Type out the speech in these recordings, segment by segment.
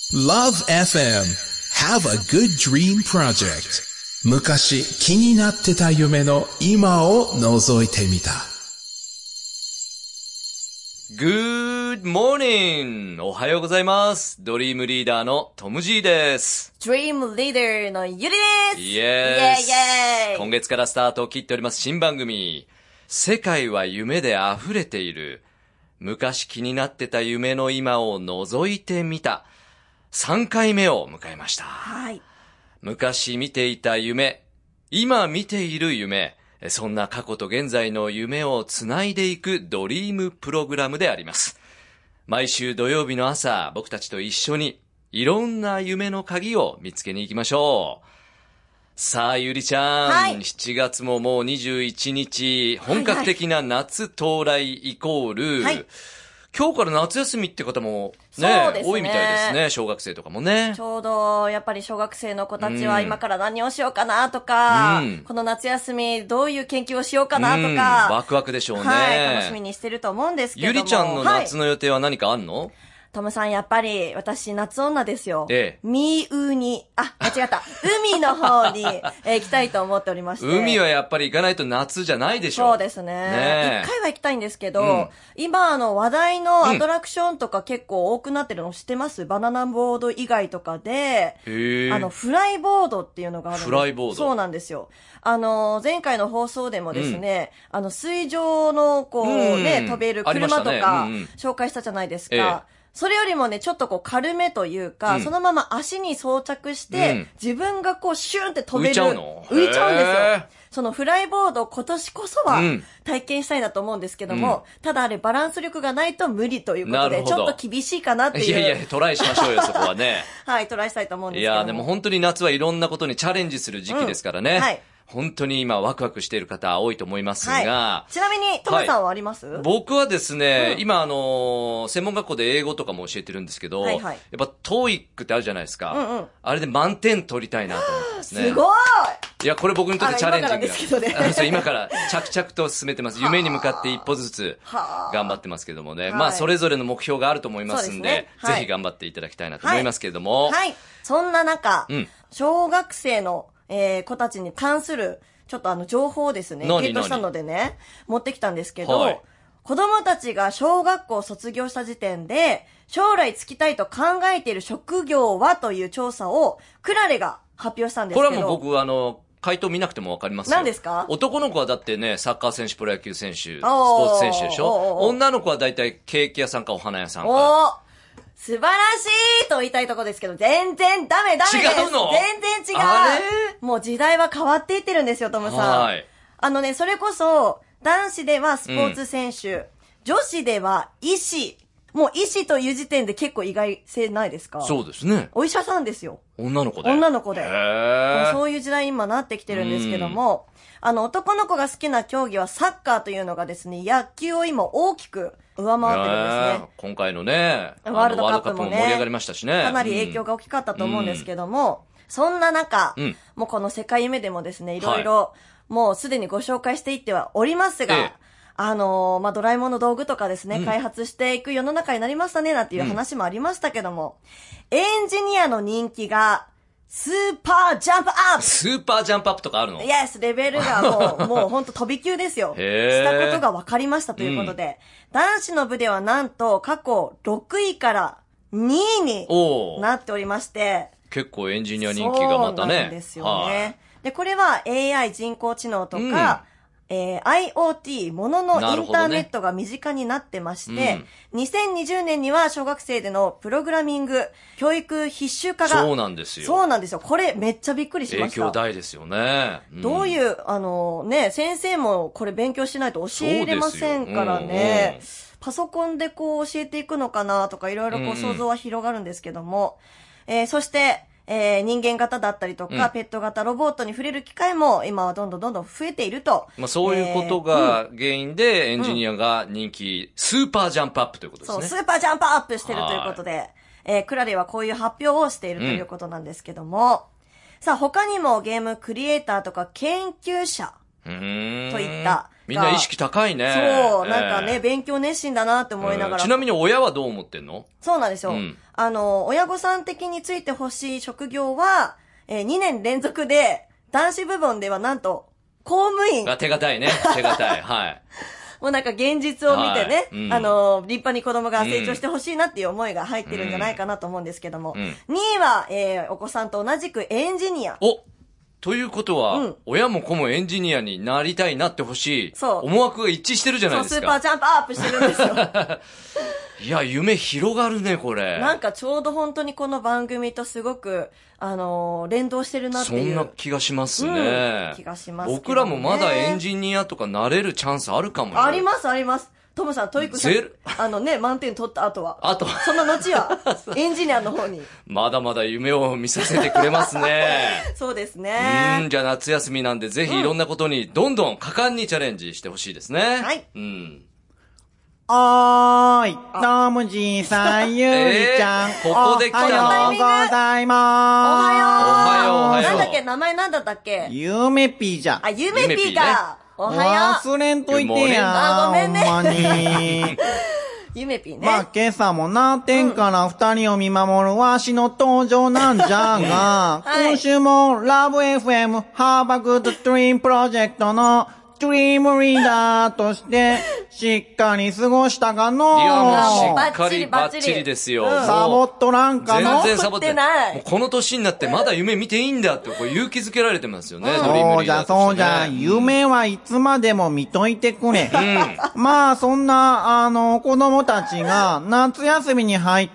Love FM Have a Good Dream Project 昔気になってた夢の今を覗いてみた。 Good morning! おはようございます。ドリームリーダーのトム・ジーです。 Dream Leader のゆりです。 イエーイ。今月からスタートを切っております新番組。世界は夢で溢れている。昔気になってた夢の今を覗いてみた。3回目を迎えました。 はい。 昔見ていた夢、今見ている夢、そんな過去と現在の夢をつないでいくドリームプログラムであります。毎週土曜日の朝、僕たちと一緒にいろんな夢の鍵を見つけに行きましょう。さあ、ゆりちゃん、 はい、 7月ももう21日、本格的な夏到来イコール、はい、今日から夏休みって方もね、多いみたいですね。小学生とかもね。 ちょうど、やっぱり小学生の子たちは今から何をしようかなとか、この夏休みどういう研究をしようかなとか、 ワクワクでしょうね。 はい、楽しみにしてると思うんですけども。 ゆりちゃんの夏の予定は何かあんの？ トムさん、やっぱり、私、夏女ですよ。 ええ。 間違った。海の方に、行きたいと思っておりまして。 海はやっぱり行かないと夏じゃないでしょ。 そうですね。一回は行きたいんですけど、今、話題のアトラクションとか結構多くなってるの知ってます？バナナボード以外とかで、フライボードっていうのがあるんです。 フライボード。 そうなんですよ。前回の放送でもですね、水上の、飛べる車とか、紹介したじゃないですか。それよりもね、ちょっと軽めというか、そのまま足に装着して、自分がシューンって飛べる。 浮いちゃうの？ 浮いちゃうんですよ。そのフライボード今年こそは体験したいなと思うんですけども、ただあれバランス力がないと無理ということで、ちょっと厳しいかなっていう。 いやいや、トライしましょうよ、そこはね。 はい、トライしたいと思うんですけども。 いや、でも本当に夏はいろんなことにチャレンジする時期ですからね。はい。本当に今ワクワクしている方多いと思いますが、 はい、ちなみにトムさんはあります？ 僕はですね、今専門学校で英語とかも教えてるんですけど、やっぱ TOEIC ってあるじゃないですか、あれで満点取りたいなと思ってますね。 すごい。 いや、これ僕にとってチャレンジングです今から着々と進めてます。夢に向かって一歩ずつ頑張ってますけどもね。まあそれぞれの目標があると思いますんで、ぜひ頑張っていただきたいなと思いますけれども、 はい。そんな中、小学生の子たちに関する、ちょっと情報をですね、ゲットしたのでね、持ってきたんですけど、子供たちが小学校を卒業した時点で、将来就きたいと考えている職業はという調査を、クラレが発表したんですけど。 これはもう僕、回答見なくてもわかりますよ。 何ですか？ 男の子はだってね、サッカー選手、プロ野球選手、スポーツ選手でしょ。女の子はだいたいケーキ屋さんかお花屋さんか。 素晴らしいと言いたいところですけど、全然ダメです。 違うの？ 全然違う。もう時代は変わっていってるんですよ、トムさん。はい。それこそ、男子ではスポーツ選手、女子では医師。もう医師という時点で結構意外性ないですか？ そうですね。 お医者さんですよ。 女の子で。 女の子で。そういう時代に今なってきてるんですけども、男の子が好きな競技はサッカーというのがですね、野球を今大きく上回ってるんですね。 今回のね、 ワールドカップもね、 盛り上がりましたしね。 かなり影響が大きかったと思うんですけども、そんな中、もうこの世界夢でもですね、いろいろ、もうすでにご紹介していってはおりますが、ドラえもんの道具とかですね、開発していく世の中になりましたね、なんていう話もありましたけども、エンジニアの人気が、スーパージャンプアップ！ スーパージャンプアップとかあるの？ イエス、レベルがもうほんと飛び級ですよ。したことが分かりましたということで、男子の部ではなんと過去6位から2位になっておりまして、 結構エンジニア人気がまたね。 そうなんですよね。で、これは AI 人工知能とか、IoT、もののインターネットが身近になってまして、2020年には小学生でのプログラミング、教育必修化が。 そうなんですよ。 そうなんですよ。これめっちゃびっくりしました。 影響大ですよね。 どういう、先生もこれ勉強しないと教えれませんからね。パソコンで教えていくのかなとかいろいろ想像は広がるんですけども。そして、人間型だったりとか、ペット型ロボットに触れる機会も今はどんどん増えていると。 そういうことが原因でエンジニアが人気、スーパージャンプアップということですね。 そう、スーパージャンプアップしてるということで、クラレはこういう発表をしているということなんですけども、さあ他にもゲームクリエイターとか研究者といったみんな意識高いね。 そう、なんかね、勉強熱心だなって思いながら。 ちなみに親はどう思ってんの？ そうなんですよ。親御さん的についてほしい職業は、2年連続で、男子部門ではなんと、公務員。 手堅いね。手堅い。はい。 もうなんか現実を見てね、立派に子供が成長してほしいなっていう思いが入ってるんじゃないかなと思うんですけども。2位は、お子さんと同じくエンジニア。 ということは、親も子もエンジニアになりたいなってほしい。そう。思惑が一致してるじゃないですか。 そう、スーパージャンプアップしてるんですよ。 いや、夢広がるね、これ。 なんかちょうど本当にこの番組とすごく、連動してるなっていう。 そんな気がしますね。 気がします、ね。 僕らもまだエンジニアとかなれるチャンスあるかもよ。 あります、あります。トムさん、トイックさん、満点取った後は。その後は、エンジニアの方に。 まだまだ夢を見させてくれますね。 そうですね。 じゃあ夏休みなんで、ぜひいろんなことにどんどん果敢にチャレンジしてほしいですね。 はい。 おーい、トムじいさん、ゆりちゃん。 ここで来たの。 おはようございまーす。おはよう。 おはよう。 なんだっけ、名前なんだったっけ？ ゆめぴーじゃ。 ゆめぴーか。おはよう。 忘れんといてや。 ごめんね。 ほんまに。 ゆめぴーね。 まあ、今朝もな、天から二人を見守るわしの登場なんじゃが、今週もラブ FM Have a Good Dream プロジェクトのドリームリーダーとして、しっかり過ごしたかの。 いや、もうしっかりバッチリですよ。 サボっとらんかの。 全然サボってない。もうこの年になってまだ夢見ていいんだってこう勇気づけられてますよね、ドリームリーダーとして、ね。 そうじゃ、夢はいつまでも見といてくれ。まあ、そんな、子供たちが夏休みに入って、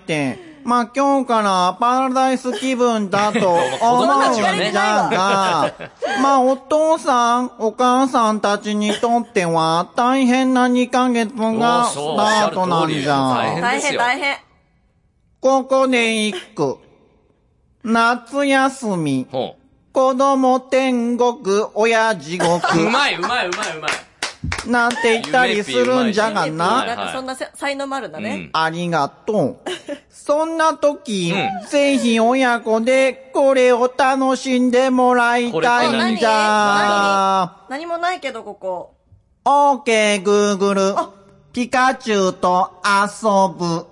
まあ今日からパラダイス気分だと思うんじゃが、まあお父さん、お母さんたちにとっては大変な2ヶ月がスタートなんじゃ。 大変。 ここで一句。夏休み。子供天国、親地獄。 うまい。 なんて言ったりするんじゃがな。 なんかそんな才能もあるんだね。 ありがとう。そんな時、ぜひ親子でこれを楽しんでもらいたいんじゃ。 何もないけど、ここ。 OK、Google。ピカチュウと遊ぶ。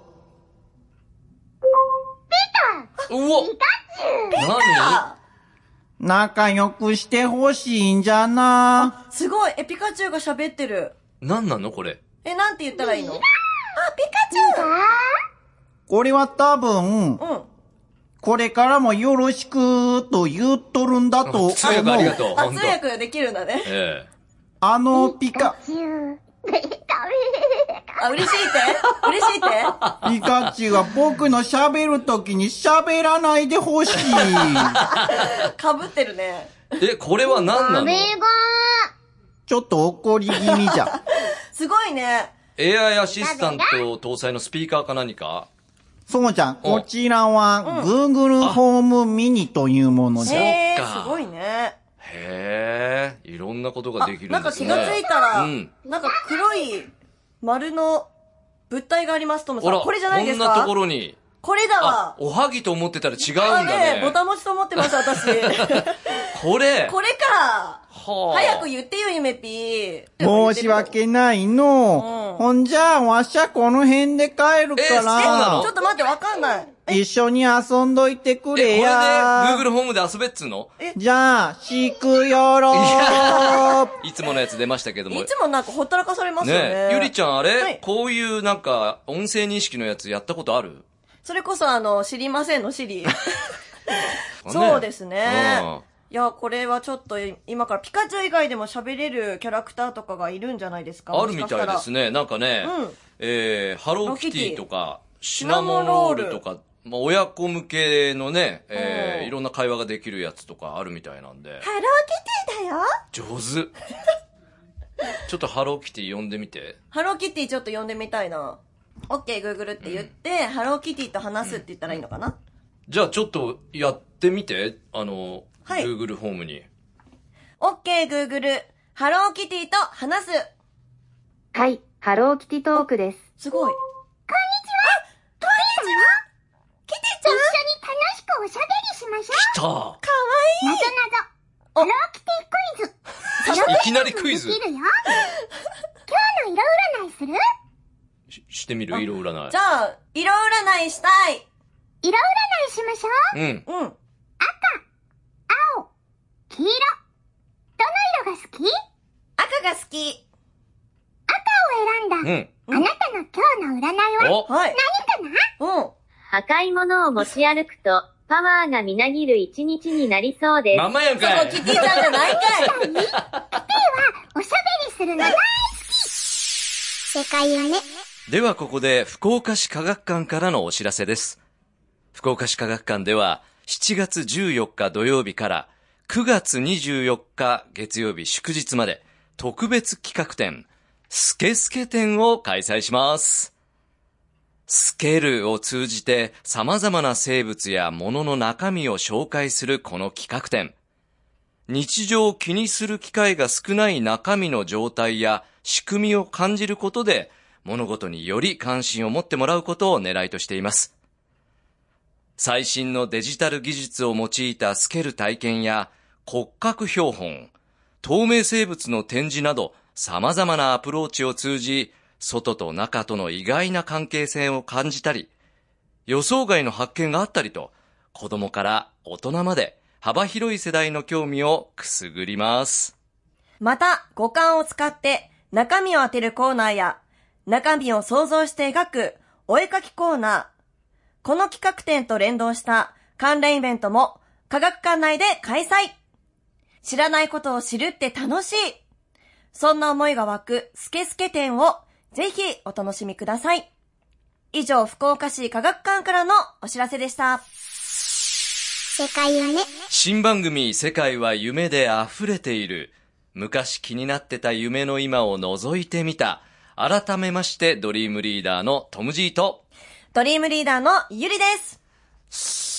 うお！ピカチュウ！何？ 仲良くしてほしいんじゃな。 すごい。ピカチュウが喋ってる。 何なのこれ。 なんて言ったらいいの？ピカチュウ！ これは多分、これからもよろしくと言っとるんだと思う。 通訳ありがとう。 通訳できるんだね。 ピカ。 嬉しいってピカチュウは僕の喋るときに喋らないでほしい。 かぶってるね。 これは何なの？ ちょっと怒り気味じゃ。 すごいね。 AI アシスタント搭載のスピーカーか何か？ そうじゃん。こちらは、Google ホームミニというものじゃ。 すごいね。 いろんなことができるんですね。 なんか気がついたら、なんか黒い丸の物体があります、トムさん。これじゃないですか？ こんなところに。 これだわ。 おはぎと思ってたら違うんだね。 ボタン持ちと思ってます、私。 これか。早く言ってよ、ゆめぴー。申し訳ないの。ほんじゃあ、わしゃこの辺で帰るから。 ちょっと待って、わかんない。 一緒に遊んどいてくれや。 これで Google ホームで遊べっつうの？ じゃあ、しくよろー。 いつものやつ出ましたけども。 いつもなんかほったらかされますよね。 ゆりちゃんこういうなんか音声認識のやつやったことある？ それこそ知りませんのシリ。そうですね。いや、これはちょっと今からピカチュウ以外でも喋れるキャラクターとかがいるんじゃないですか？ あるみたいですね。なんかね、ハローキティとか、シナモンロールとか、親子向けのね、いろんな会話ができるやつとかあるみたいなんで。 ハローキティだよ。 上手。ちょっとハローキティ呼んでみて。 ハローキティちょっと呼んでみたいな。OK、Google って言って、ハローキティと話すって言ったらいいのかな？ じゃあちょっとやってみて。Google ホームに。 OK、Google。ハローキティと話す。 はい、ハローキティトークです。 すごい。こんにちは。こんにちは。キティちゃん。 一緒に楽しくおしゃべりしましょう。 来た。 かわいい。 なぞなぞ。ハローキティクイズ。 そきなりクイズ。 できるよ。今日の色占いする？ してみる？色占い。 じゃあ、色占いしたい。 色占いしましょう。 うん。 うん。 青、黄色。どの色が好き？ 赤が好き。 赤を選んだ。 うん。 あなたの今日の占いはお、 はい。 何かな？ うん。 赤いものを持ち歩くと、パワーがみなぎる一日になりそうです。 まんまやんかい。 キティちゃんじゃないかい。 おしゃべりするの大好き。世界夢。 ではここで福岡市科学館からのお知らせです。福岡市科学館では7月14日土曜日から9月24日月曜日祝日まで特別企画展スケスケ展を開催します。スケルを通じて様々な生物や物の中身を紹介するこの企画展。日常を気にする機会が少ない中身の状態や仕組みを感じることで物事により関心を持ってもらうことを狙いとしています。最新のデジタル技術を用いたスケル体験や骨格標本、透明生物の展示など様々なアプローチを通じ、外と中との意外な関係性を感じたり、予想外の発見があったりと、子供から大人まで幅広い世代の興味をくすぐります。 また、五感を使って中身を当てるコーナーや、中身を想像して描くお絵描きコーナー、この企画展と連動した関連イベントも科学館内で開催。知らないことを知るって楽しい。そんな思いが湧くスケスケ展をぜひお楽しみください。以上、福岡市科学館からのお知らせでした。 世界夢。 新番組世界は夢で溢れている。昔気になってた夢の今を覗いてみた。改めましてドリームリーダーのトム・ジーとドリームリーダーのゆりです。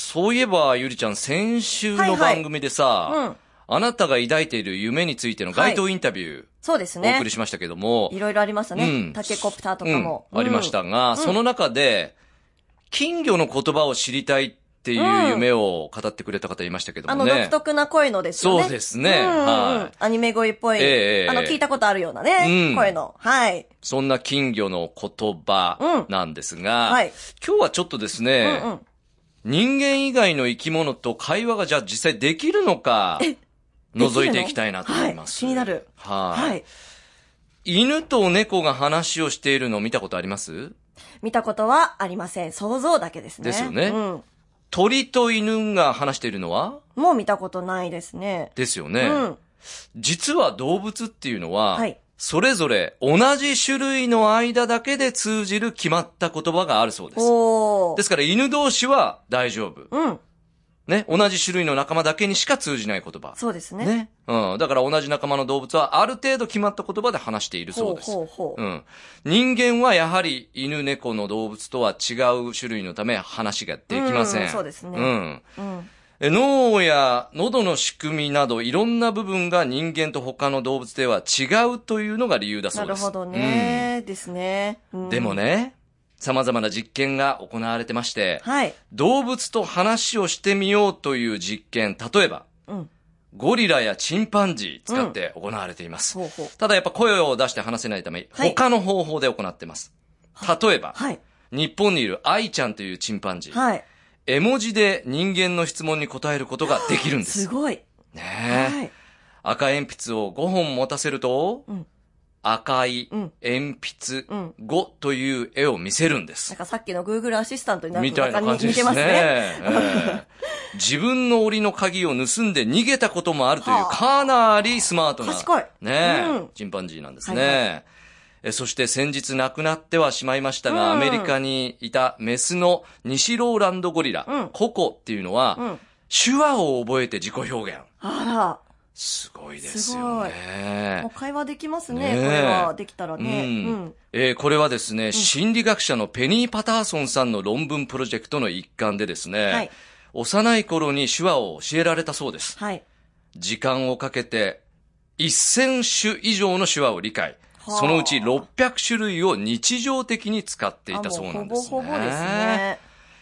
そういえばゆりちゃん先週の番組でさ、あなたが抱いている夢についての街頭インタビュー、 そうですね。 お送りしましたけども、 いろいろありましたね。タケコプターとかも。 ありましたが、その中で金魚の言葉を知りたいっていう夢を語ってくれた方いましたけどもね。 独特な声のですよね。 そうですね。はい。 アニメ声っぽい。聞いたことあるようなね、声の。はい。 そんな金魚の言葉なんですが、はい、今日はちょっとですね、人間以外の生き物と会話がじゃあ実際できるのか、覗いていきたいなと思います。 気になる。 はい。犬と猫が話をしているのを見たことあります？ 見たことはありません。想像だけですね。 ですよね。鳥と犬が話しているのは？ もう見たことないですね。 ですよね。実は動物っていうのは、それぞれ同じ種類の間だけで通じる決まった言葉があるそうです。ですから犬同士は大丈夫。ね、同じ種類の仲間だけにしか通じない言葉。 そうですね。 ね。だから同じ仲間の動物はある程度決まった言葉で話しているそうです。人間はやはり犬猫の動物とは違う種類のため話ができません。 そうですね。 脳や喉の仕組みなどいろんな部分が人間と他の動物では違うというのが理由だそうです。 なるほどね。ですね。 でもね、様々な実験が行われてまして、動物と話をしてみようという実験、例えば、ゴリラやチンパンジー使って行われています。ただやっぱ声を出して話せないため、他の方法で行っています。例えば、日本にいるアイちゃんというチンパンジー、絵文字で人間の質問に答えることができるんです。 すごい。 ねえ。赤鉛筆を5本持たせると、赤い鉛筆5という絵を見せるんです。 なんかさっきの Google アシスタントになるみたいな感じですね。自分の檻の鍵を盗んで逃げたこともあるというかなりスマートな、チンパンジーなんですね。そして先日亡くなってはしまいましたが、アメリカにいたメスの西ローランドゴリラ、ココっていうのは、手話を覚えて自己表現。すごいですよね。 もう会話できますね、これは。できたらね。 これはですね、心理学者のペニー・パターソンさんの論文プロジェクトの一環でですね、幼い頃に手話を教えられたそうです。時間をかけて1000種以上の手話を理解。そのうち600種類を日常的に使っていたそうなんですね。 ほぼほぼですね。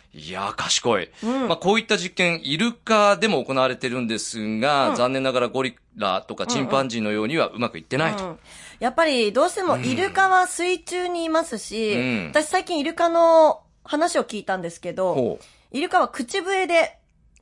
いやー、賢い。こういった実験、イルカでも行われてるんですが、残念ながらゴリラとかチンパンジーのようにはうまくいってないと。 やっぱりどうしてもイルカは水中にいますし、私最近イルカの話を聞いたんですけど、イルカは口笛で、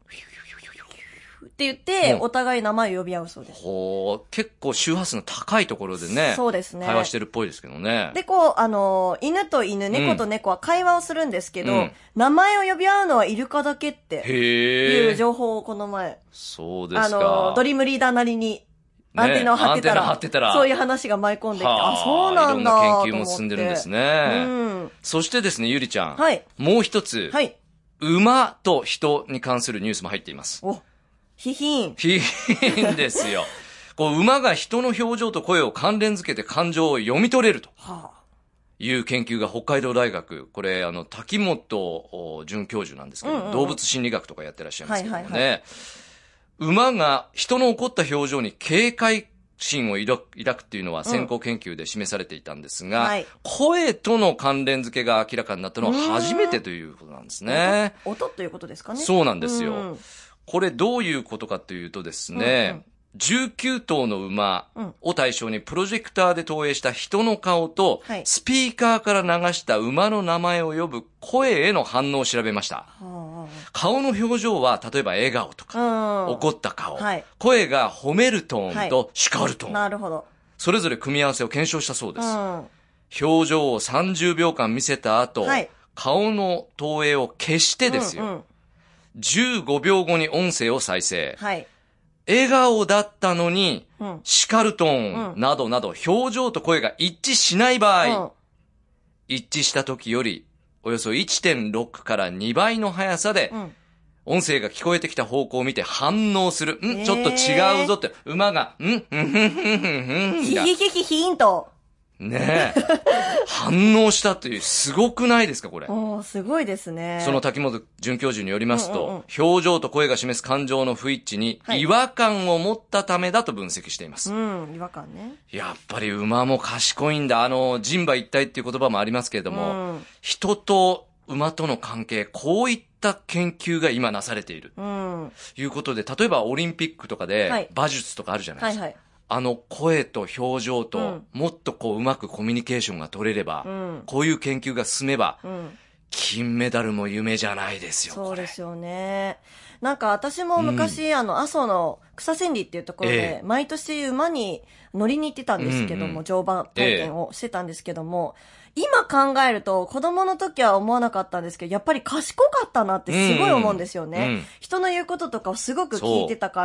って言って、お互い名前を呼び合うそうです。 結構周波数の高いところでね。 そうですね。 会話してるっぽいですけどね。 で、犬と犬、猫と猫は会話をするんですけど、名前を呼び合うのはイルカだけっていう情報をこの前。 そうですか。 ドリームリーダーなりにアンテナを張ってたら、そういう話が舞い込んできて、そうなんだ。 いろんな研究も進んでるんですね。そしてですね、ゆりちゃん。もう一つ。馬と人に関するニュースも入っています。 ひひんですよ。馬が人の表情と声を関連づけて感情を読み取れるという研究が北海道大学、これ滝本准教授なんですけど、動物心理学とかやってらっしゃいますけどね。馬が人の怒った表情に警戒心を抱くっていうのは先行研究で示されていたんですが、声との関連付けが明らかになったのは初めてということなんですね。 音ということですかね。 そうなんですよ。これどういうことかというとですね、19頭の馬を対象にプロジェクターで投影した人の顔と、スピーカーから流した馬の名前を呼ぶ声への反応を調べました。顔の表情は、例えば笑顔とか、怒った顔、声が褒めるトーンと叱るトーン。 なるほど。 それぞれ組み合わせを検証したそうです。表情を30秒間見せた後、顔の投影を消してですよ。15秒後に音声を再生。笑顔だったのに、叱るトーンなどなど表情と声が一致しない場合、一致した時よりおよそ 1.6 から2倍の速さで、音声が聞こえてきた方向を見て反応する。ちょっと違うぞって、馬が、 ヒヒヒヒヒンと。 ねえ。反応したという、すごくないですか、これ。 すごいですね。 その滝本准教授によりますと、表情と声が示す感情の不一致に違和感を持ったためだと分析しています。 違和感ね。 やっぱり馬も賢いんだ。人馬一体っていう言葉もありますけれども、人と馬との関係、こういった研究が今なされている。いうことで、例えばオリンピックとかで馬術とかあるじゃないですか。声と表情と、もっとうまくコミュニケーションが取れれば、こういう研究が進めば、金メダルも夢じゃないですよ。 そうですよね。なんか私も昔、阿蘇の草千里っていうところで、毎年馬に乗りに行ってたんですけども、乗馬体験をしてたんですけども、今考えると子供の時は思わなかったんですけど、やっぱり賢かったなってすごい思うんですよね。人の言うこととかをすごく聞いてたから。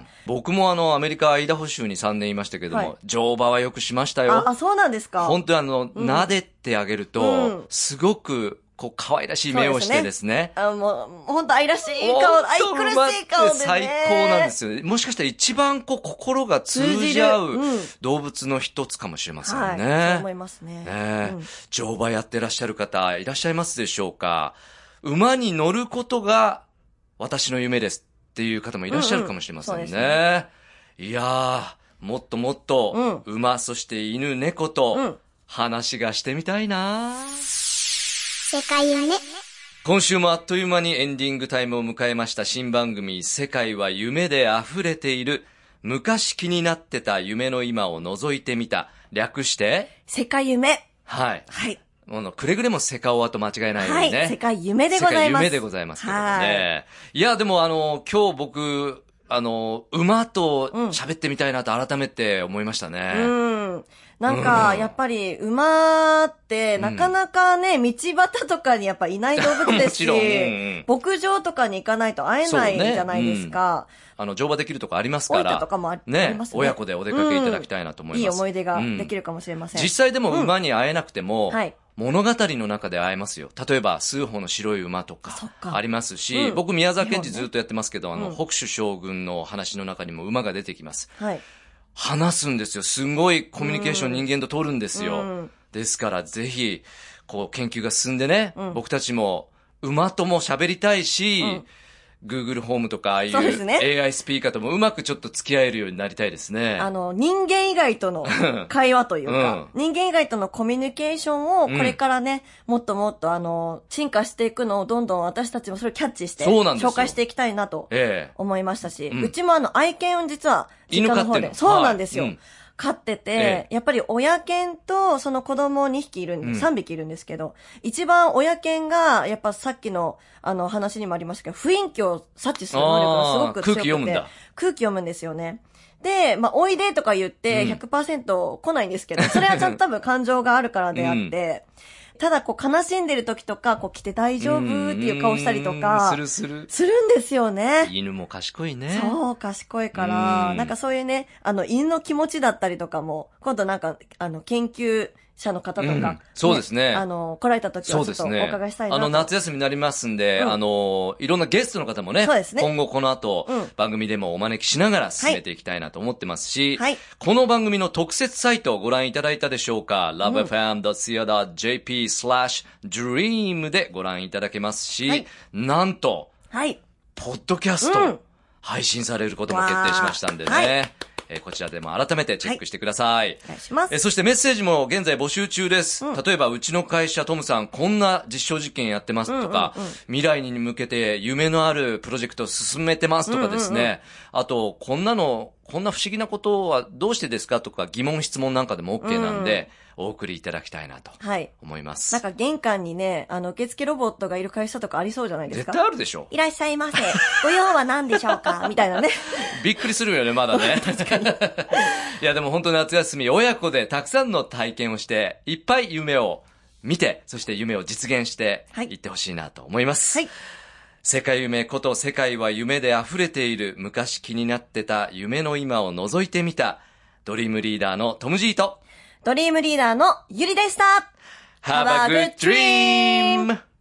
僕もアメリカアイダホ州に3年いましたけども、乗馬はよくしましたよ。 そうなんですか。 本当に撫でてあげると、すごく、可愛らしい目をしてですね。 もう、本当愛らしい顔、愛くるしい顔でね。 最高なんですよ。もしかしたら一番心が通じ合う動物の一つかもしれませんね。 そう思いますね。 乗馬やってらっしゃる方いらっしゃいますでしょうか？馬に乗ることが私の夢ですっていう方もいらっしゃるかもしれませんね。いやー、もっともっと馬、そして犬、猫と話がしてみたいな。 世界夢。 今週もあっという間にエンディングタイムを迎えました新番組、世界は夢で溢れている。昔気になってた夢の今を覗いてみた。略して、 世界夢。 はい。くれぐれもセカオワと間違えないようにね。 世界夢でございます。 世界夢でございますけどもね。いや、でも今日僕、馬と喋ってみたいなと改めて思いましたね。 なんか、やっぱり、馬って、なかなかね、道端とかにやっぱいない動物ですし、牧場とかに行かないと会えないじゃないですか。 乗馬できるとこありますから。 大分とかもありますね。 親子でお出かけいただきたいなと思います。 いい思い出ができるかもしれません。 実際でも馬に会えなくても、物語の中で会えますよ。例えば、数歩の白い馬とか、ありますし、僕、宮沢賢治ずっとやってますけど、北州将軍の話の中にも馬が出てきます。話すんですよ。すごいコミュニケーション人間と取るんですよ。ですから、ぜひ、研究が進んでね、僕たちも馬とも喋りたいし、 Google ホームとか、ああいうそうですね AI スピーカーともうまくちょっと付き合えるようになりたいですね。 人間以外との会話というか、人間以外とのコミュニケーションをこれからね、もっともっと進化していくのをどんどん私たちもそれをキャッチして、紹介していきたいなと思いましたし、うちも愛犬を実は実家の方で、そうなんですよ。飼ってて、やっぱり親犬とその子供2匹いるんで、3匹いるんですけど、一番親犬が、やっぱさっきの話にもありましたけど、雰囲気を察知する能力がすごく強くて、 空気読むんだ。 空気読むんですよね。で、おいでとか言って 100% 来ないんですけど、それはちゃんと多分感情があるからであって、ただ悲しんでる時とか、来て大丈夫っていう顔したりとか、するんですよね。 犬も賢いね。 そう、賢いから、なんかそういうね、犬の気持ちだったりとかも、今度なんか、研究者の方とか、 そうですね。 来られた時はちょっとお伺いしたいなと。 夏休みになりますんで、いろんなゲストの方もね、今後この後、番組でもお招きしながら進めていきたいなと思ってますし、この番組の特設サイトをご覧いただいたでしょうか、lovefm.co.jp/dream でご覧いただけますし、なんと、ポッドキャスト、配信されることも決定しましたんでね。こちらでも改めてチェックしてください。 お願いします。 そしてメッセージも現在募集中です。例えば、うちの会社トムさんこんな実証実験やってますとか、未来に向けて夢のあるプロジェクトを進めてますとかですね。あと、こんな不思議なことはどうしてですかとか疑問質問なんかでも OK なんで、お送りいただきたいなと思います。 なんか玄関にね、受付ロボットがいる会社とかありそうじゃないですか。 絶対あるでしょ。 いらっしゃいませ。ご用は何でしょうかみたいなね。 びっくりするよね、まだね。 確かに。 いや、でも本当夏休み、親子でたくさんの体験をして、いっぱい夢を見て、そして夢を実現していってほしいなと思います。はい。世界夢こと世界は夢で溢れている、昔気になってた夢の今を覗いてみた、ドリームリーダーのトム・ジーと、 ドリームリーダーのゆりでした。 Have a good dream!